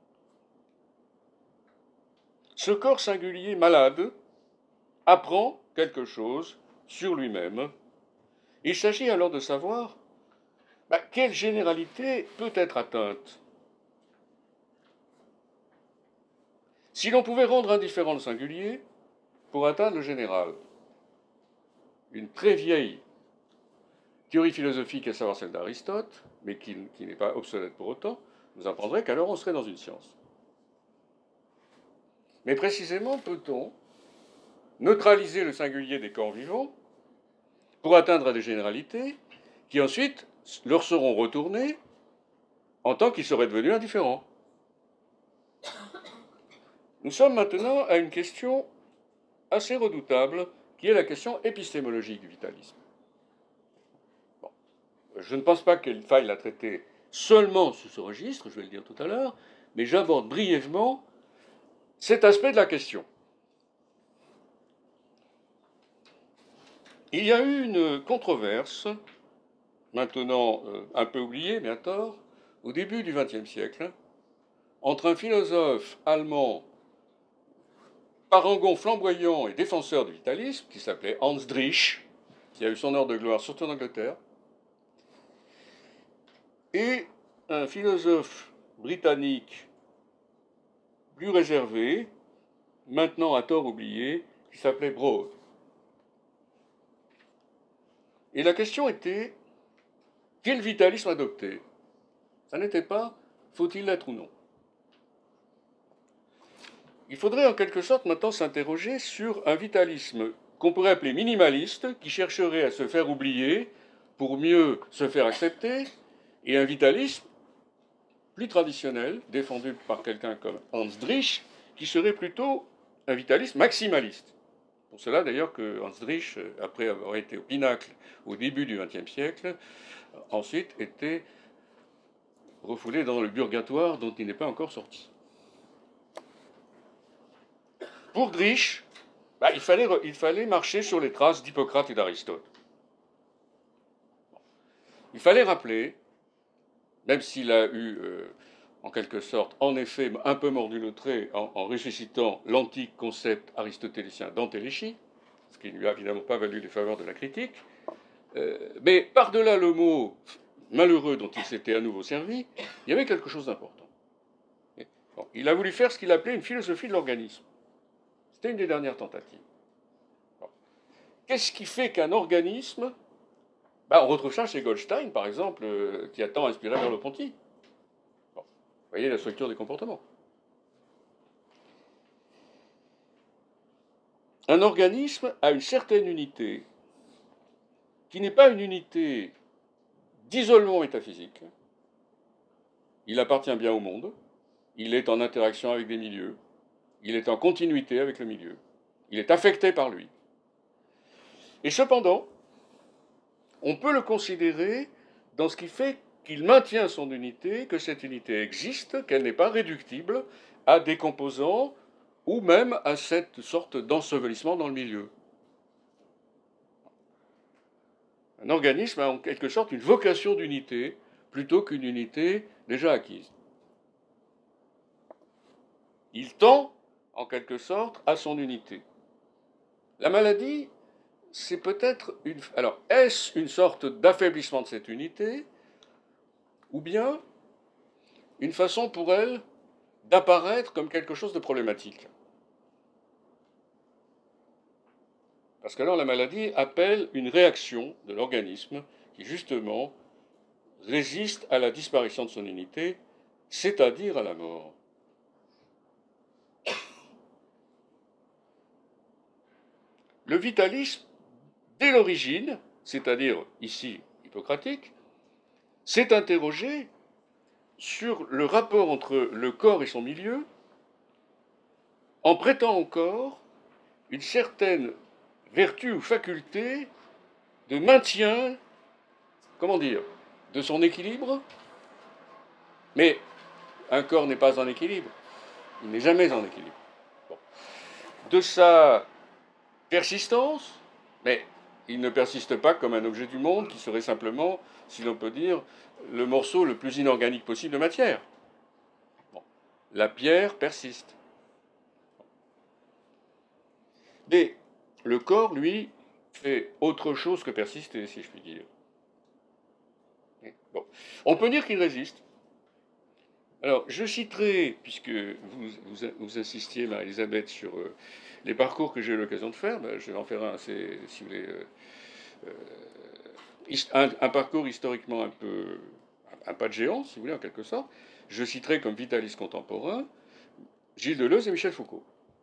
Ce corps singulier malade apprend quelque chose sur lui-même. Il s'agit alors de savoir quelle généralité peut être atteinte. Si l'on pouvait rendre indifférent le singulier pour atteindre le général, une très vieille théorie philosophique, à savoir celle d'Aristote, mais qui n'est pas obsolète pour autant, nous apprendrait qu'alors on serait dans une science. Mais précisément, peut-on neutraliser le singulier des corps vivants pour atteindre à des généralités qui ensuite leur seront retournées en tant qu'ils seraient devenus indifférents? Nous sommes maintenant à une question assez redoutable qui est la question épistémologique du vitalisme. Bon. Je ne pense pas qu'il faille la traiter seulement sous ce registre, je vais le dire tout à l'heure, mais j'aborde brièvement cet aspect de la question. Il y a eu une controverse, maintenant un peu oubliée, mais à tort, au début du XXe siècle, entre un philosophe allemand parangon flamboyant et défenseur du vitalisme, qui s'appelait Hans Driesch, qui a eu son heure de gloire surtout en Angleterre, et un philosophe britannique plus réservé, maintenant à tort oublié, qui s'appelait Broad. Et la question était, quel vitalisme adopter? Ça n'était pas, faut-il l'être ou non? Il faudrait en quelque sorte maintenant s'interroger sur un vitalisme qu'on pourrait appeler minimaliste, qui chercherait à se faire oublier pour mieux se faire accepter, et un vitalisme plus traditionnel, défendu par quelqu'un comme Hans Driesch, qui serait plutôt un vitalisme maximaliste. Pour cela d'ailleurs que Hans Driesch, après avoir été au pinacle au début du XXe siècle, ensuite était refoulé dans le purgatoire dont il n'est pas encore sorti. Pour Driesch, il fallait marcher sur les traces d'Hippocrate et d'Aristote. Il fallait rappeler, même s'il a eu, en quelque sorte, en effet, un peu mordu le trait en ressuscitant l'antique concept aristotélicien d'antéléchie, ce qui ne lui a évidemment pas valu les faveurs de la critique, mais par-delà le mot malheureux dont il s'était à nouveau servi, il y avait quelque chose d'important. Bon, il a voulu faire ce qu'il appelait une philosophie de l'organisme. C'était une des dernières tentatives. Bon. Qu'est-ce qui fait qu'un organisme... on retrouve ça chez Goldstein, par exemple, qui a tant inspiré Merleau-Ponty. Bon. Vous voyez la structure des comportements. Un organisme a une certaine unité qui n'est pas une unité d'isolement métaphysique. Il appartient bien au monde, il est en interaction avec des milieux, il est en continuité avec le milieu, il est affecté par lui. Et cependant, on peut le considérer dans ce qui fait qu'il maintient son unité, que cette unité existe, qu'elle n'est pas réductible à des composants ou même à cette sorte d'ensevelissement dans le milieu. Un organisme a en quelque sorte une vocation d'unité plutôt qu'une unité déjà acquise. Il tend, en quelque sorte, à son unité. La maladie, c'est peut-être une... Alors, est-ce une sorte d'affaiblissement de cette unité, ou bien une façon pour elle d'apparaître comme quelque chose de problématique? Parce qu'alors la maladie appelle une réaction de l'organisme qui, justement, résiste à la disparition de son unité, c'est-à-dire à la mort. Le vitalisme, dès l'origine, c'est-à-dire ici hippocratique, s'est interrogé sur le rapport entre le corps et son milieu en prêtant au corps une certaine vertu ou faculté de maintien, comment dire, de son équilibre. Mais un corps n'est pas en équilibre, il n'est jamais en équilibre. Bon. De sa persistance, mais il ne persiste pas comme un objet du monde qui serait simplement, si l'on peut dire, le morceau le plus inorganique possible de matière. Bon. La pierre persiste. Mais le corps, lui, fait autre chose que persister, si je puis dire. Bon. On peut dire qu'il résiste. Alors, je citerai, puisque vous insistiez, Marie-Elisabeth, sur les parcours que j'ai eu l'occasion de faire, ben, je vais en faire un assez, si vous voulez, un parcours historiquement un pas de géant, si vous voulez, en quelque sorte. Je citerai comme vitalistes contemporains Gilles Deleuze et Michel Foucault.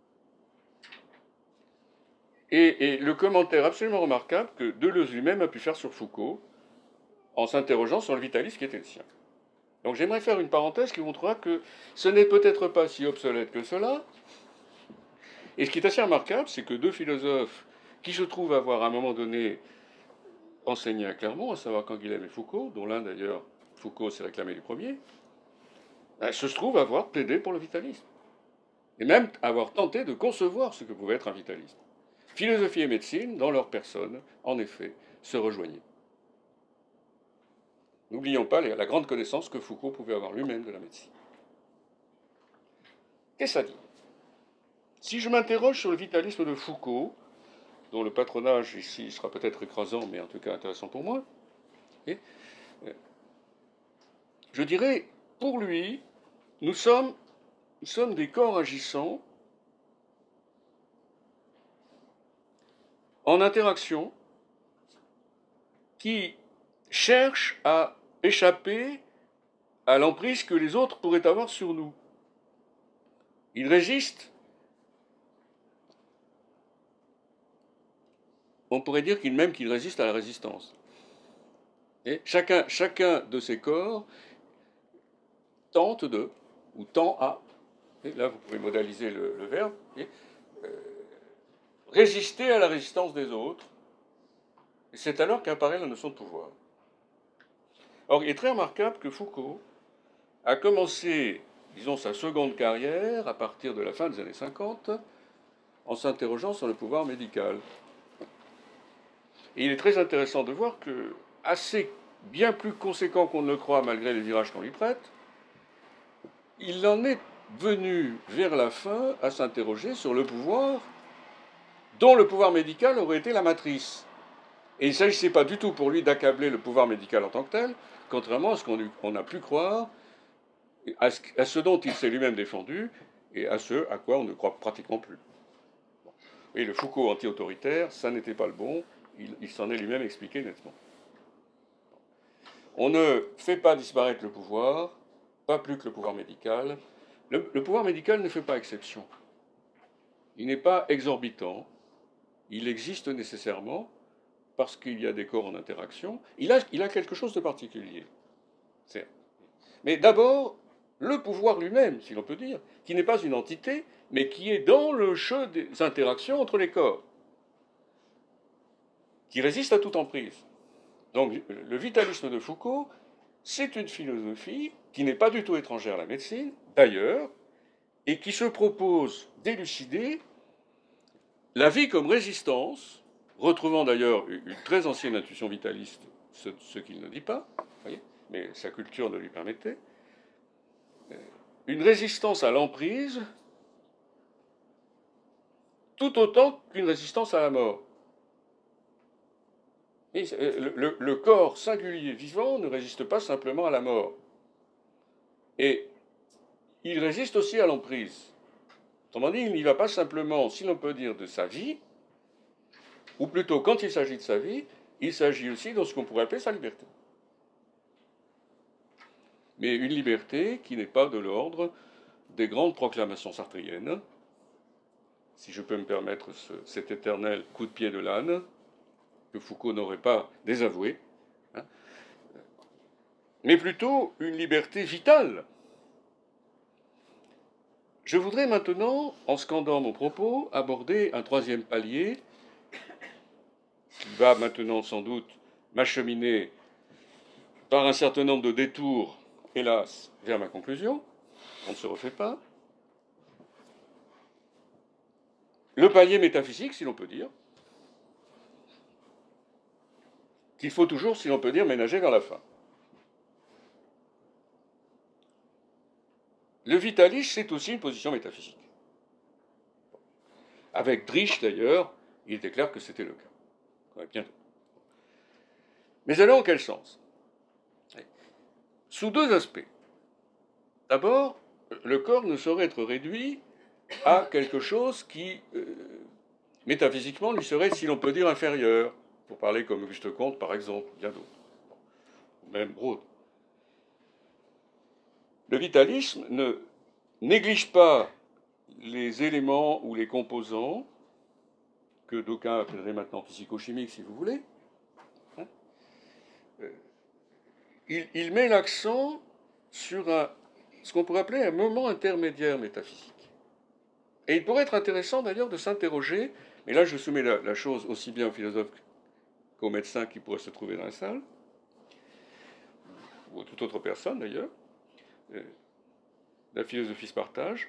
Et le commentaire absolument remarquable que Deleuze lui-même a pu faire sur Foucault en s'interrogeant sur le vitalisme qui était le sien. Donc j'aimerais faire une parenthèse qui montrera que ce n'est peut-être pas si obsolète que cela. Et ce qui est assez remarquable, c'est que deux philosophes qui se trouvent avoir à un moment donné enseigné à Clermont, à savoir Canguilhem et Foucault, dont l'un d'ailleurs, Foucault s'est réclamé du premier, se trouvent avoir plaidé pour le vitalisme. Et même avoir tenté de concevoir ce que pouvait être un vitalisme. Philosophie et médecine, dans leur personne, en effet, se rejoignaient. N'oublions pas la grande connaissance que Foucault pouvait avoir lui-même de la médecine. Qu'est-ce que ça dit? Si je m'interroge sur le vitalisme de Foucault, dont le patronage ici sera peut-être écrasant, mais en tout cas intéressant pour moi, je dirais, pour lui, nous sommes des corps agissants en interaction qui cherchent à échapper à l'emprise que les autres pourraient avoir sur nous. Ils résistent. On pourrait dire qu'ils résistent à la résistance. Et chacun de ces corps tente de, ou tend à, et là vous pouvez modaliser le verbe, résister à la résistance des autres. Et c'est alors qu'apparaît la notion de pouvoir. Or, il est très remarquable que Foucault a commencé, disons, sa seconde carrière à partir de la fin des années 50 en s'interrogeant sur le pouvoir médical. Et il est très intéressant de voir que, assez bien plus conséquent qu'on ne le croit malgré les virages qu'on lui prête, il en est venu vers la fin à s'interroger sur le pouvoir dont le pouvoir médical aurait été la matrice. Et il ne s'agissait pas du tout pour lui d'accabler le pouvoir médical en tant que tel, contrairement à ce qu'on a pu croire, à ce dont il s'est lui-même défendu, et à ce à quoi on ne croit pratiquement plus. Bon. Et le Foucault anti-autoritaire, ça n'était pas le bon, il s'en est lui-même expliqué nettement. On ne fait pas disparaître le pouvoir, pas plus que le pouvoir médical. Le pouvoir médical ne fait pas exception. Il n'est pas exorbitant, il existe nécessairement, parce qu'il y a des corps en interaction, il a quelque chose de particulier. Certes. Mais d'abord, le pouvoir lui-même, si l'on peut dire, qui n'est pas une entité, mais qui est dans le jeu des interactions entre les corps, qui résiste à toute emprise. Donc le vitalisme de Foucault c'est une philosophie qui n'est pas du tout étrangère à la médecine, d'ailleurs, et qui se propose d'élucider la vie comme résistance, retrouvant d'ailleurs une très ancienne intuition vitaliste, ce qu'il ne dit pas, voyez, mais sa culture ne lui permettait, une résistance à l'emprise tout autant qu'une résistance à la mort. Et le corps singulier vivant ne résiste pas simplement à la mort. Et il résiste aussi à l'emprise. Autrement dit, il n'y va pas simplement, si l'on peut dire, de sa vie, ou plutôt, quand il s'agit de sa vie, il s'agit aussi de ce qu'on pourrait appeler sa liberté. Mais une liberté qui n'est pas de l'ordre des grandes proclamations sartriennes, si je peux me permettre cet éternel coup de pied de l'âne, que Foucault n'aurait pas désavoué, hein, mais plutôt une liberté vitale. Je voudrais maintenant, en scandant mon propos, aborder un troisième palier qui va maintenant sans doute m'acheminer par un certain nombre de détours, hélas, vers ma conclusion. On ne se refait pas. Le palier métaphysique, si l'on peut dire, qu'il faut toujours, si l'on peut dire, ménager vers la fin. Le vitalisme, c'est aussi une position métaphysique. Avec Driesch, d'ailleurs, il était clair que c'était le cas. Bientôt. Mais alors, en quel sens? Sous deux aspects. D'abord, le corps ne saurait être réduit à quelque chose qui, métaphysiquement, lui serait, si l'on peut dire, inférieur, pour parler comme Auguste Comte, par exemple, bien d'autres, même Broad. Le vitalisme ne néglige pas les éléments ou les composants que d'aucuns appelleraient maintenant physico-chimiques, si vous voulez. Il met l'accent sur ce qu'on pourrait appeler un moment intermédiaire métaphysique. Et il pourrait être intéressant d'ailleurs de s'interroger, mais là je soumets la chose aussi bien aux philosophes qu'aux médecins qui pourraient se trouver dans la salle, ou à toute autre personne d'ailleurs. La philosophie se partage.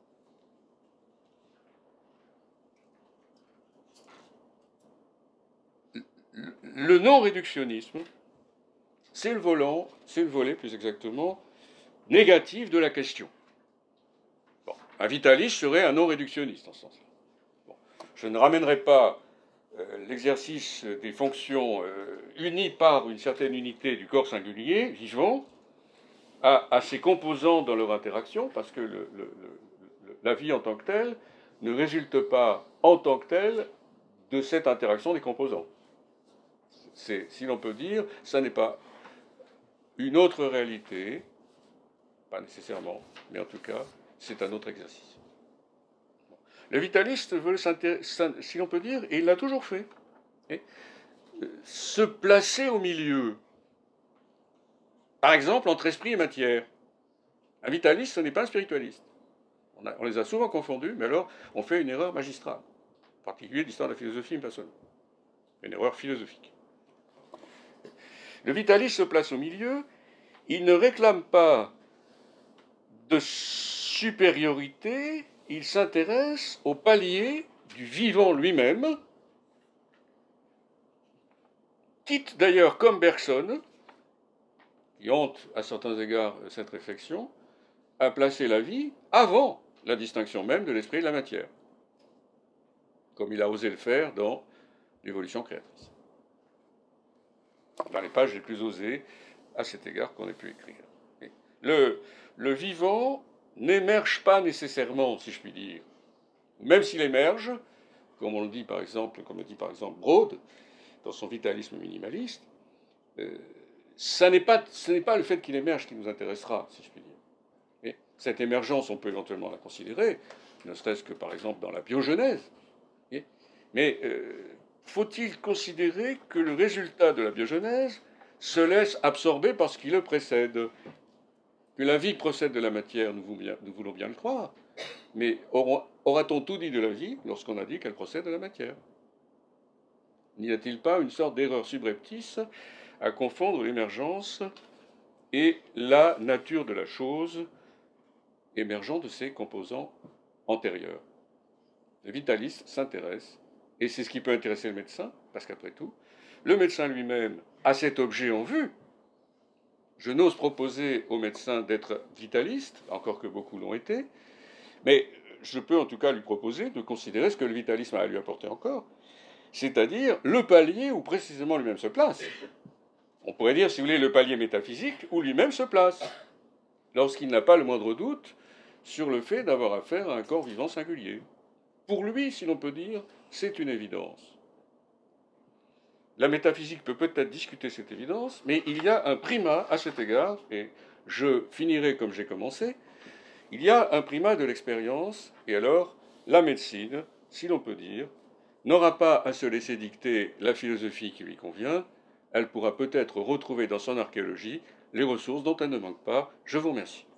Le non-réductionnisme, c'est le volet plus exactement, négatif de la question. Bon, un vitaliste serait un non-réductionniste en ce sens-là. Bon, je ne ramènerai pas l'exercice des fonctions unies par une certaine unité du corps singulier, vivant, à ses composants dans leur interaction, parce que la vie en tant que telle ne résulte pas en tant que telle de cette interaction des composants. Si l'on peut dire, ça n'est pas une autre réalité, pas nécessairement, mais en tout cas, c'est un autre exercice. Le vitaliste veut, si l'on peut dire, et il l'a toujours fait, se placer au milieu. Par exemple, entre esprit et matière. Un vitaliste, ce n'est pas un spiritualiste. On les a souvent confondus, mais alors on fait une erreur magistrale. En particulier l'histoire de la philosophie me passionne. Une erreur philosophique. Le vitaliste se place au milieu, il ne réclame pas de supériorité, il s'intéresse au palier du vivant lui-même, quitte d'ailleurs comme Bergson, qui hante à certains égards cette réflexion, à placer la vie avant la distinction même de l'esprit et de la matière, comme il a osé le faire dans l'évolution créatrice. Dans les pages les plus osées à cet égard qu'on ait pu écrire. Le vivant n'émerge pas nécessairement, si je puis dire. Même s'il émerge, comme on le dit par exemple, comme le dit par exemple Broad, dans son vitalisme minimaliste, ce n'est pas le fait qu'il émerge qui nous intéressera, si je puis dire. Et cette émergence, on peut éventuellement la considérer, ne serait-ce que par exemple dans la biogenèse. Mais faut-il considérer que le résultat de la biogenèse se laisse absorber par ce qui le précède? Que la vie procède de la matière, nous voulons bien le croire, mais aura-t-on tout dit de la vie lorsqu'on a dit qu'elle procède de la matière? N'y a-t-il pas une sorte d'erreur subreptice à confondre l'émergence et la nature de la chose émergeant de ses composants antérieurs. Le vitaliste s'intéresse, et c'est ce qui peut intéresser le médecin, parce qu'après tout, le médecin lui-même a cet objet en vue. Je n'ose proposer au médecin d'être vitaliste, encore que beaucoup l'ont été, mais je peux en tout cas lui proposer de considérer ce que le vitalisme a à lui apporter encore, c'est-à-dire le palier où précisément lui-même se place. On pourrait dire, si vous voulez, le palier métaphysique où lui-même se place, lorsqu'il n'a pas le moindre doute sur le fait d'avoir affaire à un corps vivant singulier. Pour lui, si l'on peut dire, c'est une évidence. La métaphysique peut peut-être discuter cette évidence, mais il y a un primat à cet égard, et je finirai comme j'ai commencé. Il y a un primat de l'expérience, et alors la médecine, si l'on peut dire, n'aura pas à se laisser dicter la philosophie qui lui convient, elle pourra peut-être retrouver dans son archéologie les ressources dont elle ne manque pas. Je vous remercie.